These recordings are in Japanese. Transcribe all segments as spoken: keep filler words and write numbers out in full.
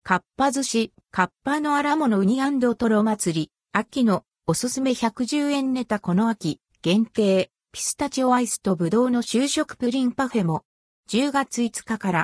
かっぱ寿司、かっぱのあらものウニ&トロ祭り、秋のおすすめひゃくじゅうえんネタこの秋、限定、ピスタチオアイスとぶどうの就食プリンパフェも、じゅうがついつかから。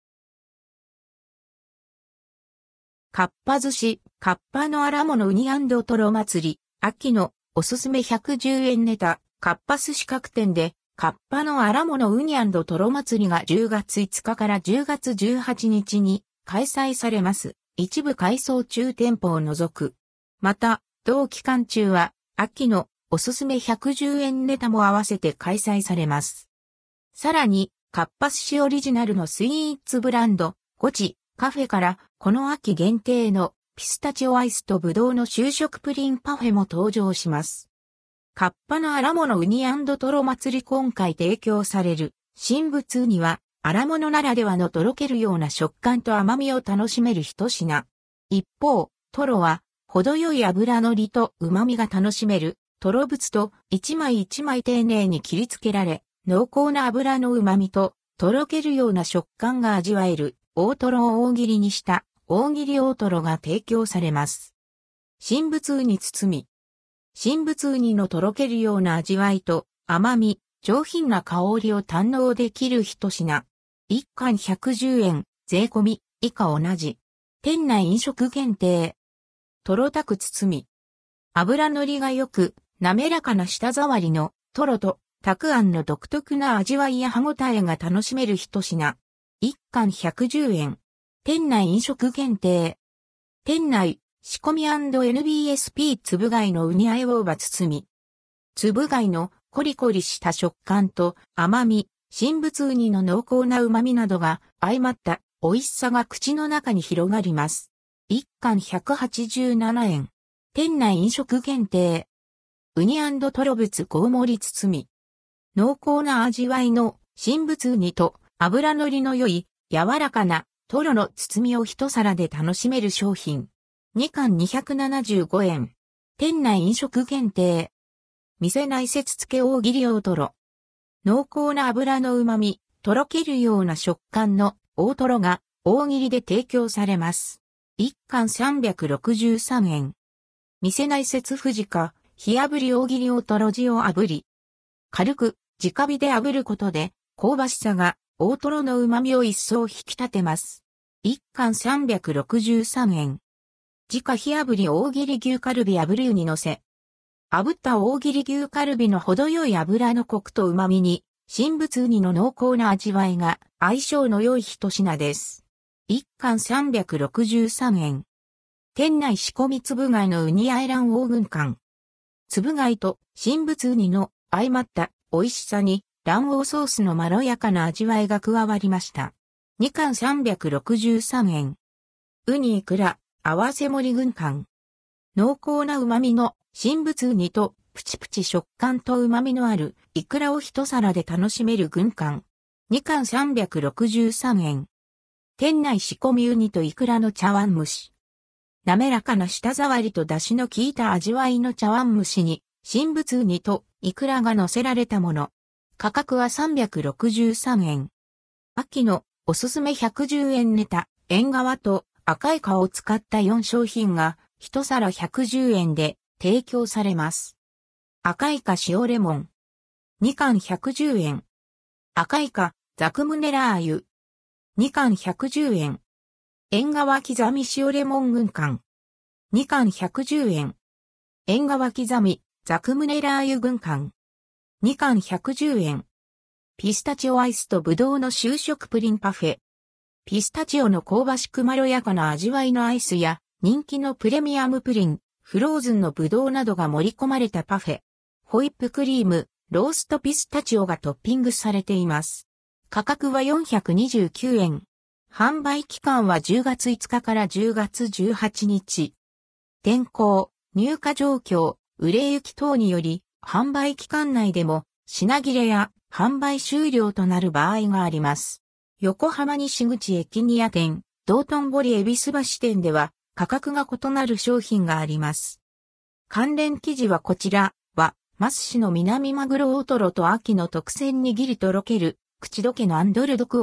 かっぱ寿司、かっぱのあらものウニ&トロ祭り、秋のおすすめひゃくじゅうえんネタ、かっぱ寿司各店で、かっぱのあらものウニ&トロ祭りがじゅうがついつかからじゅうがつじゅうはちにちに開催されます。一部改装中店舗を除く。また、同期間中は、秋のおすすめひゃくじゅうえんネタも合わせて開催されます。さらに、かっぱ寿司オリジナルのスイーツブランド、ゴチ、カフェから、この秋限定のピスタチオアイスとぶどうの就食プリンパフェも登場します。かっぱのあらものウニ&トロ祭り今回提供される新物ウニは、あらものならではのとろけるような食感と甘みを楽しめる一品。一方、トロは、程よい脂のりと旨みが楽しめる、トロブツと一枚一枚丁寧に切り付けられ、濃厚な脂の旨みと、とろけるような食感が味わえる、大トロを大切りにした、大切り大トロが提供されます。新物ウニ包み。新物ウニのとろけるような味わいと、甘み、上品な香りを堪能できる一品。一貫ひゃくじゅうえん、税込み、以下同じ。店内飲食限定。トロタク包み。脂のりが良く、滑らかな舌触りのトロと、たくあんの独特な味わいや歯ごたえが楽しめる一品。一貫ひゃくじゅうえん。店内飲食限定。店内、仕込み &エヌビーエスピー 粒貝のウニあえ大葉包み。粒貝のコリコリした食感と甘み、新物ウニの濃厚な旨みなどが相まった美味しさが口の中に広がります。一貫ひゃくはちじゅうななえん。店内飲食限定。ウニ&トロブツ合盛り包み。濃厚な味わいの新物ウニと脂のりの良い柔らかなトロの包みを一皿で楽しめる商品。に貫にひゃくななじゅうごえん。店内飲食限定。店内設付け大切り大トロ。濃厚な脂の旨み、とろけるような食感の大トロが大切りで提供されます。一貫さんびゃくろくじゅうさんえん。店内設富士か、火炙り大切り大トロ塩炙り。軽く直火で炙ることで香ばしさが大トロの旨みを一層引き立てます。一貫さんびゃくろくじゅうさんえん。自家火炙り大切り牛カルビ炙りウニ乗せ。炙った大切り牛カルビの程よい脂のコクと旨みに、新物ウニの濃厚な味わいが相性の良い一品です。一貫さんびゃくろくじゅうさんえん。店内仕込み粒貝のウニあえ卵黄軍艦。粒貝と新物ウニの相まった美味しさに卵黄ソースのまろやかな味わいが加わりました。に貫さんびゃくろくじゅうさんえん。ウニイクラ、合わせ盛り軍艦。濃厚な旨味の新物ウニとプチプチ食感と旨味のあるイクラを一皿で楽しめる軍艦。に貫さんびゃくろくじゅうさんえん。店内仕込みウニとイクラの茶碗蒸し。滑らかな舌触りと出汁の効いた味わいの茶碗蒸しに新物ウニとイクラが乗せられたもの。価格はさんびゃくろくじゅうさんえん。秋のおすすめひゃくじゅうえんネタ、縁側と赤イカを使ったよんしょうひんが一皿ひゃくじゅうえんで提供されます。赤イカ塩レモン。に貫ひゃくじゅうえん。赤イカ、ザクムネラー油。に貫ひゃくじゅうえん。縁側刻み塩レモン軍艦。に貫ひゃくじゅうえん。縁側刻み、ザクムネラー油軍艦。に貫ひゃくじゅうえん。ピスタチオアイスとぶどうの就食プリンパフェ。ピスタチオの香ばしくまろやかな味わいのアイスや人気のプレミアムプリン、フローズンのぶどうなどが盛り込まれたパフェ。ホイップクリーム、ローストピスタチオがトッピングされています。価格はよんひゃくにじゅうきゅうえん。販売期間はじゅうがついつかからじゅうがつじゅうはちにち。天候、入荷状況、売れ行き等により、販売期間内でも品切れや販売終了となる場合があります。横浜西口エキニア店、道頓堀恵比寿橋店では価格が異なる商品があります。関連記事はこちらは、マス市の南マグロ大トロと秋の特選握りとろける、口どけのアンドルドクオー。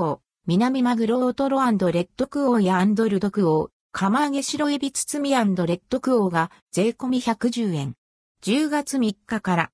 南マグロ大トロレッドクオーやルドクオー、釜揚げ白エビ包みレッドクオーが税込みひゃくじゅうえん。じゅうがつみっかから